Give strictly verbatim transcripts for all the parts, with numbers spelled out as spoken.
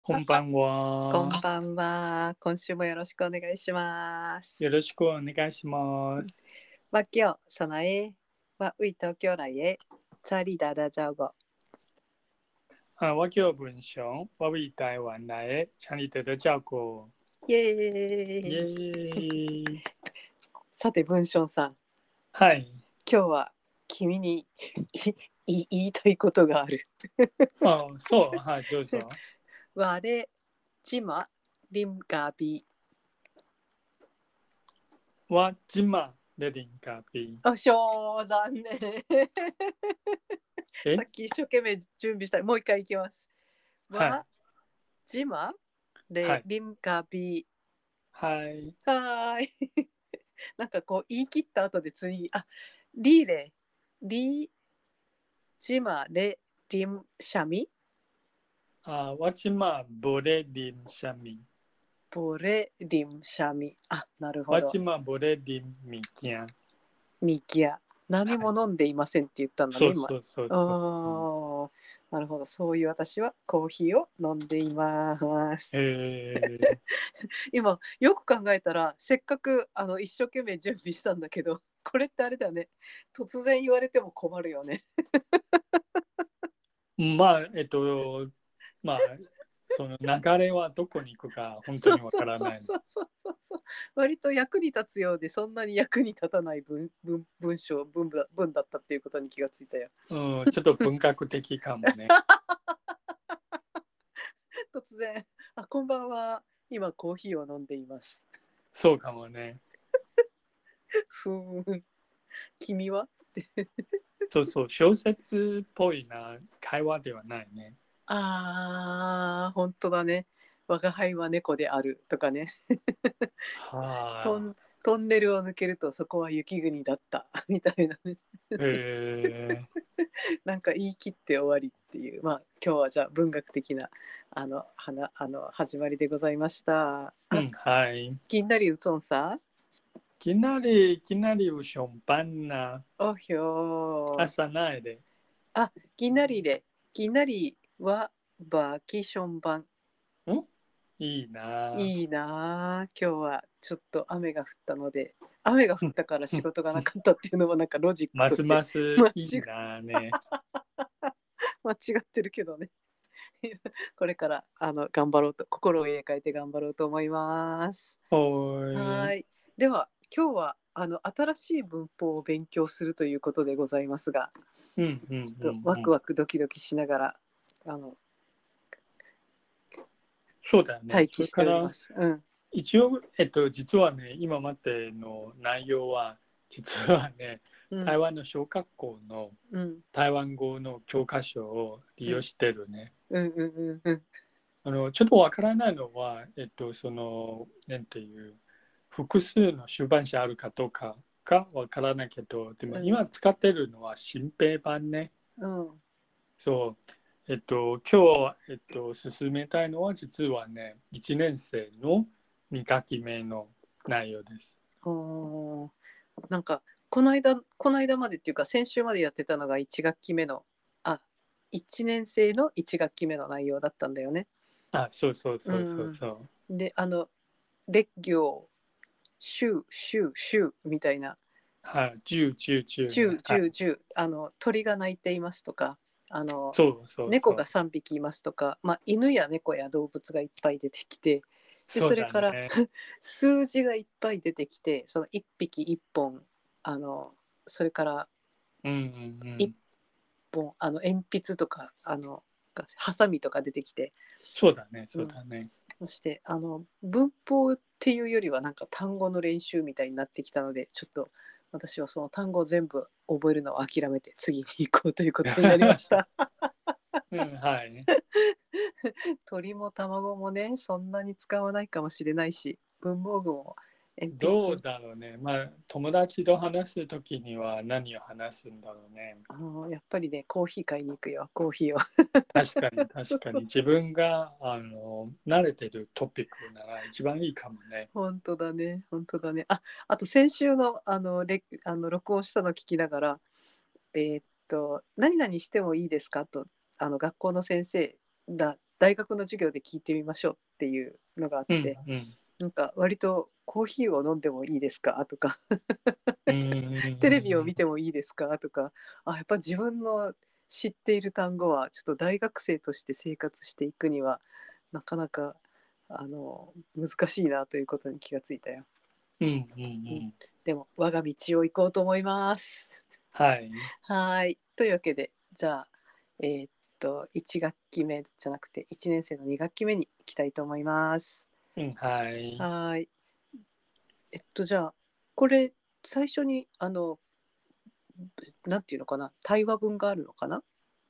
こんばんこんは。 ばんは。今週もよろしくお願いします。 よろしくお願いします。 わきょさなえわうい東京来へチャリダダジャオゴ。 啊，我叫文雄，我为台湾来的，请你多多照顾。 イエーイエイ。 ーイ。 さて文章さん、 はい。 今日は君にい言いたいことがある。 あ、そう、はい、どうぞ。 われじまりんがび。 我今でリンカビ。 あ、しょう残念。 え、 さっき一生懸命準備したい。もう一回いきます。 はい、 わじまはい、 でりんがび。 はい。 はーい。なんかこう言い切った後で次、あ、リーレ、リー、ジマレ、リム、シャミ、 あ、我今ボレリンシャミ。 ボレ、リム、シャミ。あ、なるほ我ど。 今ボレリンミキャン。 ミキア。何はい。 も飲んでいませんって言ったんだね、今。 そうそうそうあそう。うん、 ー、なるほど。そういう私はコーヒーを飲んでいます。 えー、 今、よく考えたら、せっかくあの一生懸命準備したんだけど、これってあれだね。突然言われても困るよね。 まあ、えっと、まあ、その流れはどこに行くか本当そうにわそうそうからない。 そうそうそうそう。割と役に立つようでそんなに役に立たない文文文章文だ文だったっていうことに気がついたよ。 うん、ちょっと文学的かもね。 突然、あ、こんばんは。今コーヒーを飲んでいます。 そうかもね。 ふーん。君は？ そうそう、小説っぽいな会話ではないね。 あー、本当だね。我が輩は猫であるとかね。トはあ。 ントンネルを抜けるとそこは雪国だったみたいなね。 えなんか言い切って終わりっていう、まあ今日はじゃあ文学的なあの花あの始まりでございました。 ー、うあ、 ん、はい。 きんなりうそんさ、 いきなり、いきなりうしょんぱんなおひょー。 朝ないで。 あ、きんなりで、きんなりはバーキション版。 んいいな。 いいなあ。今日はちょっと雨が降ったので、雨が降ったから仕事がなかったっていうのもなんかロジックますとしてます間違いいなね。 間違ってるけどね。これからあの頑張ろうと心を入れ替えて頑張ろうと思います。 おーい。 はい。では今日はあの新しい文法を勉強するということでございますが、 うんうんちうんうん。 ょっとワクワクドキドキしながらあのそうだよね。 待機しておりそれから、 ます。うん。 一応、えっと、実はね、今までの内容は、実はね、 うん。 台湾の小学校のうん。 台湾語の教科書を利用してるね。 うんうんうんうん。 あの、ちょっとわからないのは、えっと、その、なんていう、複数の出版社あるかどうかがわからないけど、でもうん今使ってるのは新平版ね。 うん。 そう。えっと、今日、えっと、進めたいのは実はね、いちねん生のに学期目の内容です。 おー、なんかこの間この間までっていうか先週までやってたのがいち学期目の、あ、いちねん生のいち学期目の内容だったんだよね。 あ、そうそううそうそうん。 そう。 で、あの列行週週週みたいな、 はい、じゅう、じゅう、じゅうね。 じゅう、 はい。 じゅう、じゅう、あの鳥が鳴いていますとか、あのそうそうそう。 猫がさんびきいますとか、まあ、犬や猫や動物がいっぱい出てきて、でそうそれからだね。 数字がいっぱい出てきて、そのいっぴきいっぽん、あのそれからうんうんういっん。 ぽんあの鉛筆とかあのハサミとか出てきて、 そうだね、 うん、 そうだね。 そしてあの文法っていうよりはなんか単語の練習みたいになってきたので、ちょっと私はその単語を全部覚えるのを諦めて次に行こうということになりました。 うん、はい。 鳥も卵もねそんなに使わないかもしれないし、文房具も鉛筆も、 どうだろうね。まあ、友達と話すときには何を話すんだろうね。 あのやっぱりねコーヒー買いに行くよ、コーヒーを。 確かに、確かに。 そうそうそう、 自分が、あの、慣れてるトピックなら一番いいかもね。 本当だね本当だね。あ、あと先週のあのレあの録音したの聞きながら、えーっと何々してもいいですかと、あの学校の先生だ大学の授業で聞いてみましょうっていうのがあっうんて、 うんなんか割とコーヒーを飲んでもいいですかとかうんうんテレビを見てもいいですかとか、あ、やっぱ自分の知っている単語はちょっと大学生として生活していくにはなかなかあの難しいなということに気がついたよ。 うんうんううんん。 でも我が道を行こうと思います。 はい。 はい。というわけで、じゃあ、えーっと、いち学期目じゃなくて、いちねん生のに学期目に行きたいと思います。 うん、はい。 はい。えっと、じゃあ、これ、最初に、あの、なんていうのかな、対話文があるのかな。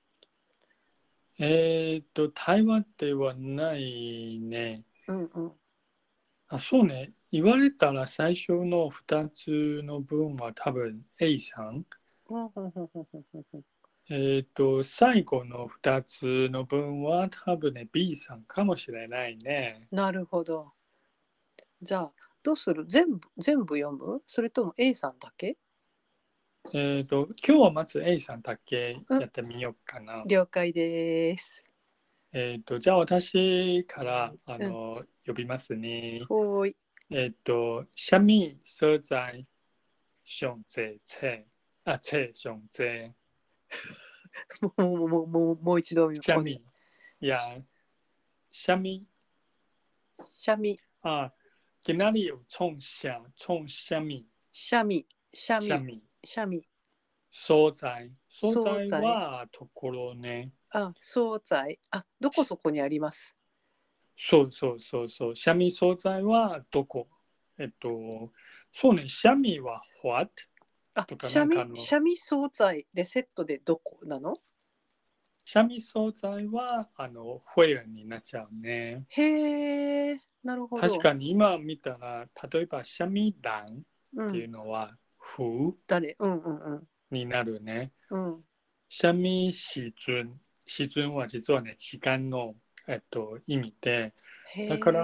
えっと、対話ではないね。 うんうん。 あ、そうね。言われたら最初のふたつの文は多分 A さん。 うんうんうんうんうんうんうん。 えっと、最後のふたつの文は多分ね、B さんかもしれないね。 なるほど。じゃあ、どうする、全部、全部読む、それとも A さんだけ。 えっと、今日はまず A さんだけうん、 やってみようかな。 了解です。 えっと、じゃあ私からあうん、 の呼びますね。 ほーい。 えっと、什么所在上济册あ、册上济もう、もう、もう、もう、もう一度おね。 什么いや、什么シャミ、 あ、きなり有冲啥冲什么シャミ、シャミ、 什么シャミ、 所在所在惣菜。 はところね。 あ、惣菜。あ、どこそこにあります。 そうそうそうそう。シャミ素材はどこ？えっと、そうね、シャミは what? あ、 とかシャミ、 なんかあの、 シャミ惣菜でセットでどこなの。 シャミ素材はあの、where になっちゃうね。 へえ、なるほ確ど。 かに今見たら、例えばシャミランっていううん。 のは who 誰、うんうんうん。 になるね。 うん。 シャミシズン。シズンは実はね、時間の、えっと、意味で、 へだから、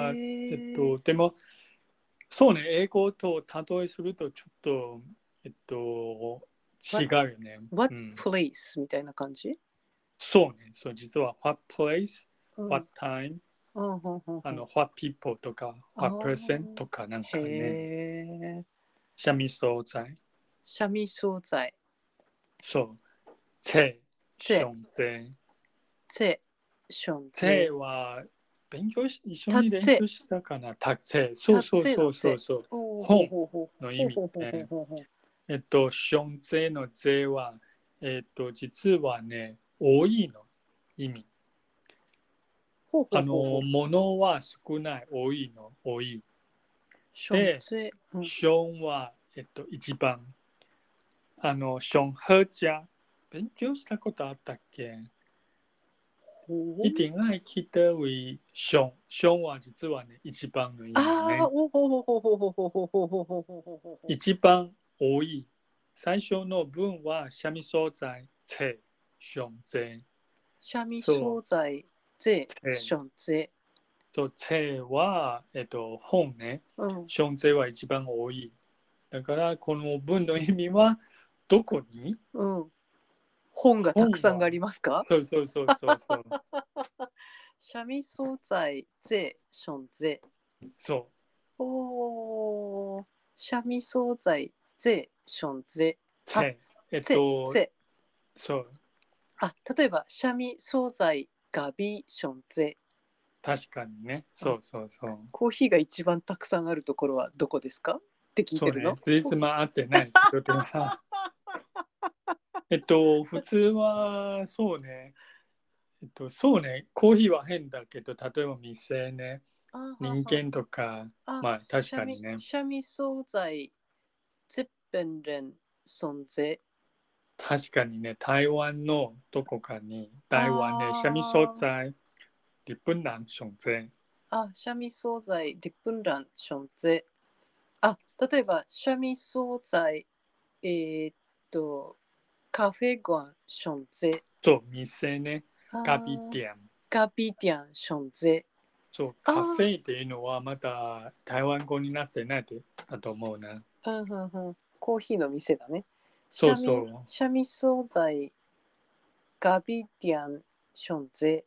えっえ。 と、でも、そうね、英語と例えするとちょっと、えっと、違 What, うよね。う what ん。 place みたいな感じ。 そうね、そう、実は what place, うん。うん what time, うんうんうん。 あの、what people とか、 あ what あ。 person とかなんへかね、 え。 シャミソ材。 シャミ惣菜。 そう、チェ、シゼ、 ョンゼ。 ゼ、ションチェゼ。 は、勉強し、一緒タッツェ、 に練習したかな、タチェ。そタッうそうそうツェのゼ。 そうそう、 おお、ほう本ほうほう。 の意味ほうほうほうほうね。 ほうほう。 えっと、ションゼのゼは、えっと、実はね、多いの意味。 ほうほあの、 うほうほう。 ものは少ない、多いの、多い。 ションで、 ゼ。うん。 ションは、えっと、一番。あの、ションヘジャ。勉強したことあったっけ？ ほう。 一定愛記得為ション。ションは実はね、一番の意味ああ、 ね。 おほうほうほうほうほうほうほうほうほうほうほうほうほうほう。 一番多い。最初の文は、シャミソ材、チェ、ションゼ。 シャミそう、 惣菜、ゼ、 チェ。 ションゼ。 と、チェは、えっと、本ね。 うん。 ションゼは一番多い。だから、この文の意味は、どこにうん。本がたく本は、 さんありますか。 そうそうそうそうそう。 シャミ惣菜、ゼ、ションゼ。 そおー。シャミ惣菜、ゼ、ションゼ。 う。チあ、 ェ。えっゼ、 と、 ゼ。 そう。 あ、例えば、シャミ惣菜、ガビ、ションゼ。 確かにね。 あ、 そうそうそう。 コーヒーが一番たくさんあるところはどこですかって聞いてるの。 そうね。ついつま合ってないけど、でもさ、えっと、普通は、そうね。えっと、そうね。コーヒーは変だけど、例えば店ね。 あはは。 人間とか、 あ、 まあ確シャミ、 かにね。 シャミ惣菜、ゼッペンレン、ソンゼ。 確かにね、台湾のどこかに、台湾でシャミ所あ在、日本人上税。 あ、シャミ惣菜、リプンラン、ションゼ。あ、例えば、シャミ惣菜、えーっと、カフェゴン、ションゼ。 そう、店ね。 あ咖啡ー、 店。 ガビディアン、ションゼ。 そう、 あカフェっていうのはまだ台湾語になってないってだと思うな。 あ、うんうんうん。コーヒーの店だね。シそうャミ、 そう。 シャミ惣菜、ガビディアン、ションゼ。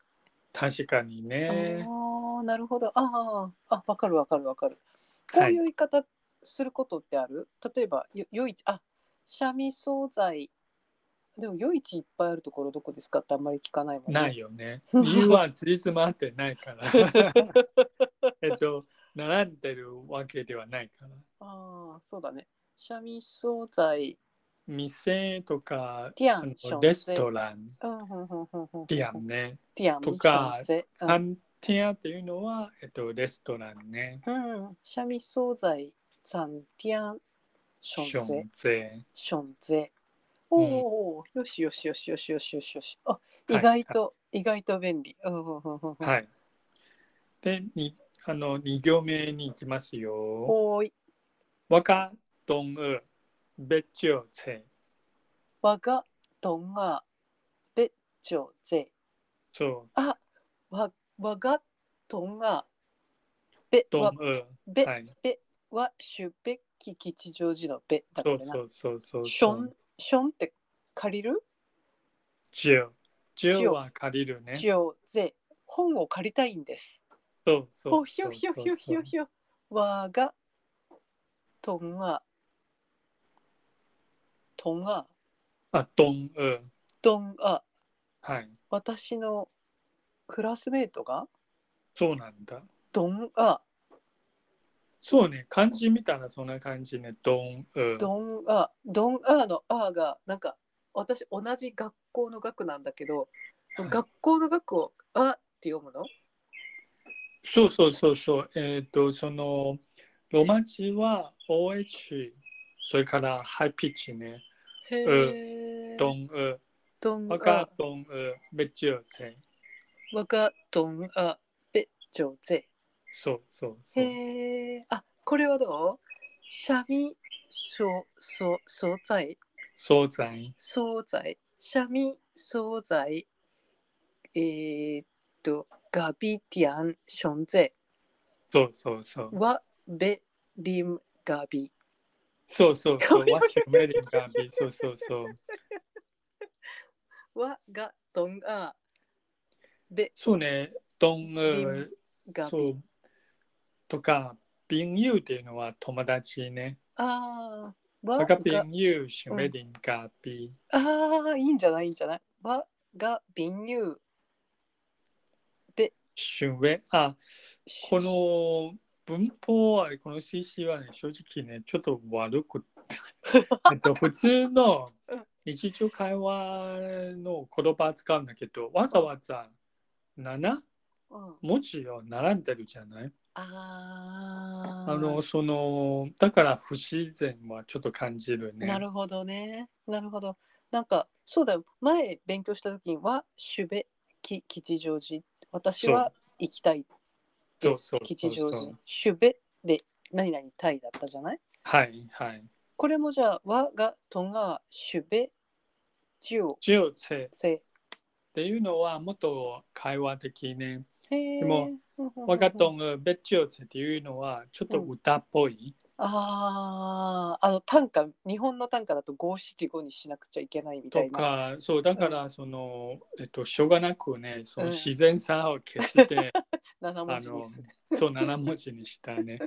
確かにね。 ああ、なるほど。ああ、あ、わかるわかるわかる。こはい。 ういう言い方することってある？例えば、よ、夜市、あ、三味惣菜。でも夜市いっぱいあるところどこですかってあんまり聞かないもんなね。 いよね。理由はついつまってないから。えっと、並んでるわけではないから。 ああ、そうだね。三味惣菜、 店とか、 ティアン、 あのショレスンゼ。 トラン、 うん、うん、うん、うん、うん、 ティアうん。 ンね。とティアン、ションか、 ゼ。うん。 サンティアンっていうのは、えっと、レストランね。 うん、三味惣菜、サンティアン、ションゼ。 ションゼ。 ションゼ。おうん。 お、よしよしよしよしよしよしよし。あ、意はい。 外と、意外と便利。うん、うん、うん、うん。うん。 はい。で、に、あの、に行目に行きますよ。 おーい。 我が東二別就菜。 我がどんがべちょぜ。 そう、 あ、わ、我がどんがべは、 東二。 べ、 はい。 べは、しゅべき吉祥寺のべだ、 そうこれな。 そうそうそうそう。 しょん、しょんって借りる？ じゅう。じゅじょ、 うは借りるね。 じょぜ。本を借りたいんです。 そうそうほひょそうひょひょそうそう。 ひょひょ。わがとんが、とんが、 あ、東二。 どんが、 はい。 私のクラスメートが、 そうなんだ。 どんが、 そうね。漢字見たらそんな感じね。東二。 どんあ、どんあのあが、なんか、私、同じ学校の学なんだけど、そのはい。 学校の学をあって読むの？ そうそうそうそう。えっと、その、ロマ字は オーエイチ、それからハイピッチね。 へう、 え、 東二。 どんあ、 我が東二別就菜。 わがどんあ、べ、ちょぜ。 そうそうそう。 へえ、あ、これはどう？シャミ、そう、そう、惣菜、 惣菜。 惣菜、シャミ、惣菜、えーっと、ガビティアン、ションゼ、 そうそうそう。 わ、べ、リム、ガビ。 そうそうそう。ワッシュメリンガービー。そうそうそう。 わがどんあ、べ、 そうね。東りん二、 がび。 そう。とか、朋友っていうのは友達ね。 ああ、わ我がが、 朋友シュうん。 メリンガービー。 ああ、いいんじゃない、いいんじゃない。わがびんゆう、べ、 シュメ、あ、 しゅこの文法は、この シーシー はね、正直ね、ちょっと悪くえっと、普通のうん、 日常会話の言葉使うんだけど、わざわざななうん、うん。 文字を並んでるじゃない？あの、 あその、だから不自然はちょっと感じるあ、なね。 るほどね。なるほど。なんか、そうだよ。前勉強した時には、しゅべ、き、吉祥寺。私そう、 は行きたいです。 そうそうそ吉祥寺。 うそう。 しゅべで、何々タイだったじゃない？ はい、はい。 これもじゃあ、わがとがしゅべ、じをジオチェっせ。 ていうのはもっと会話的ね。 へでも、 え。ふんふん我がふんふん。 とんベッチオチェっていうのはちょっうん。 と歌っぽい。 ああ、あの短歌、日本の短歌だと五七五にしなくちゃいけないみたといな。 か、そう、だうん。 から、その、えっと、しょうがなくね、そのうん。 自然さを消して、 七文あの、 字にする。 そう、なな文字にしたね。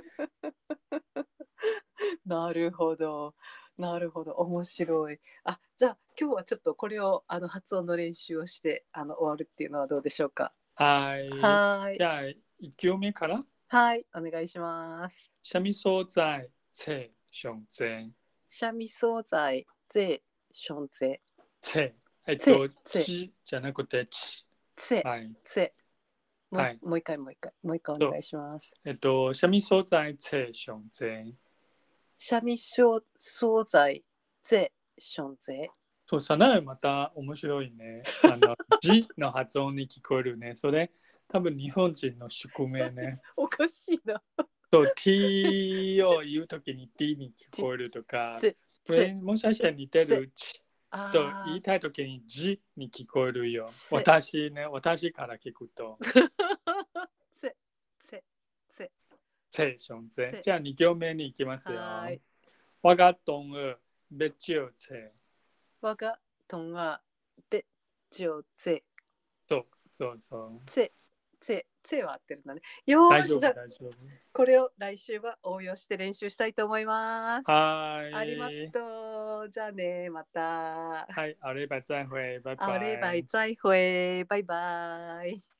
なるほど。なるほど。面白い。あ、じゃあ今日はちょっとこれをあの発音の練習をしてあの終わるっていうのはどうでしょうか。 はい。 はーい。 じゃあ、いっ行目から、 はい、お願いします。 三味惣菜、菜、上前、 三味惣菜、ぜ、しょんぜ。 菜。えっぜ、 と、 ぜ、 ちじゃなくて、ち。 ぜ、 はい。 ぜ。もういはい。 もう一回もう一回もう一回おそう。 願いします。 えっと、三味惣菜、菜、上前。 三味小惣菜ぜしょんぜ。 そう、さなまた面白いね。あの、じの発音に聞こえるね。それ、多分日本人の宿命ね。 おかしいな。 そう、t を言うときに t に聞じ、 こえるとか、 ぜ、 これぜ、 もしかしたら似てぜ。 るちと言あー、 いたいときにじに聞こえるよ。 ぜ。 私ね、私から聞くと、 ぜ、ぜ、ぜ、 セッションぜ。 ぜ。 じゃあに行目に行きますよ。 はーい。 我が東二別就菜。 我がとんがべじょぜ。 そう、 そうそう。 つえ、つえ、つえは合ってるんだね。よ大丈夫、 ーし、じゃあ大丈夫。 これを来週は応用して練習したいと思います。 はありがーい。 とう。じゃあね、また。 はい、あれば再会。バイあれバイ。 バイ再会。バイバイ。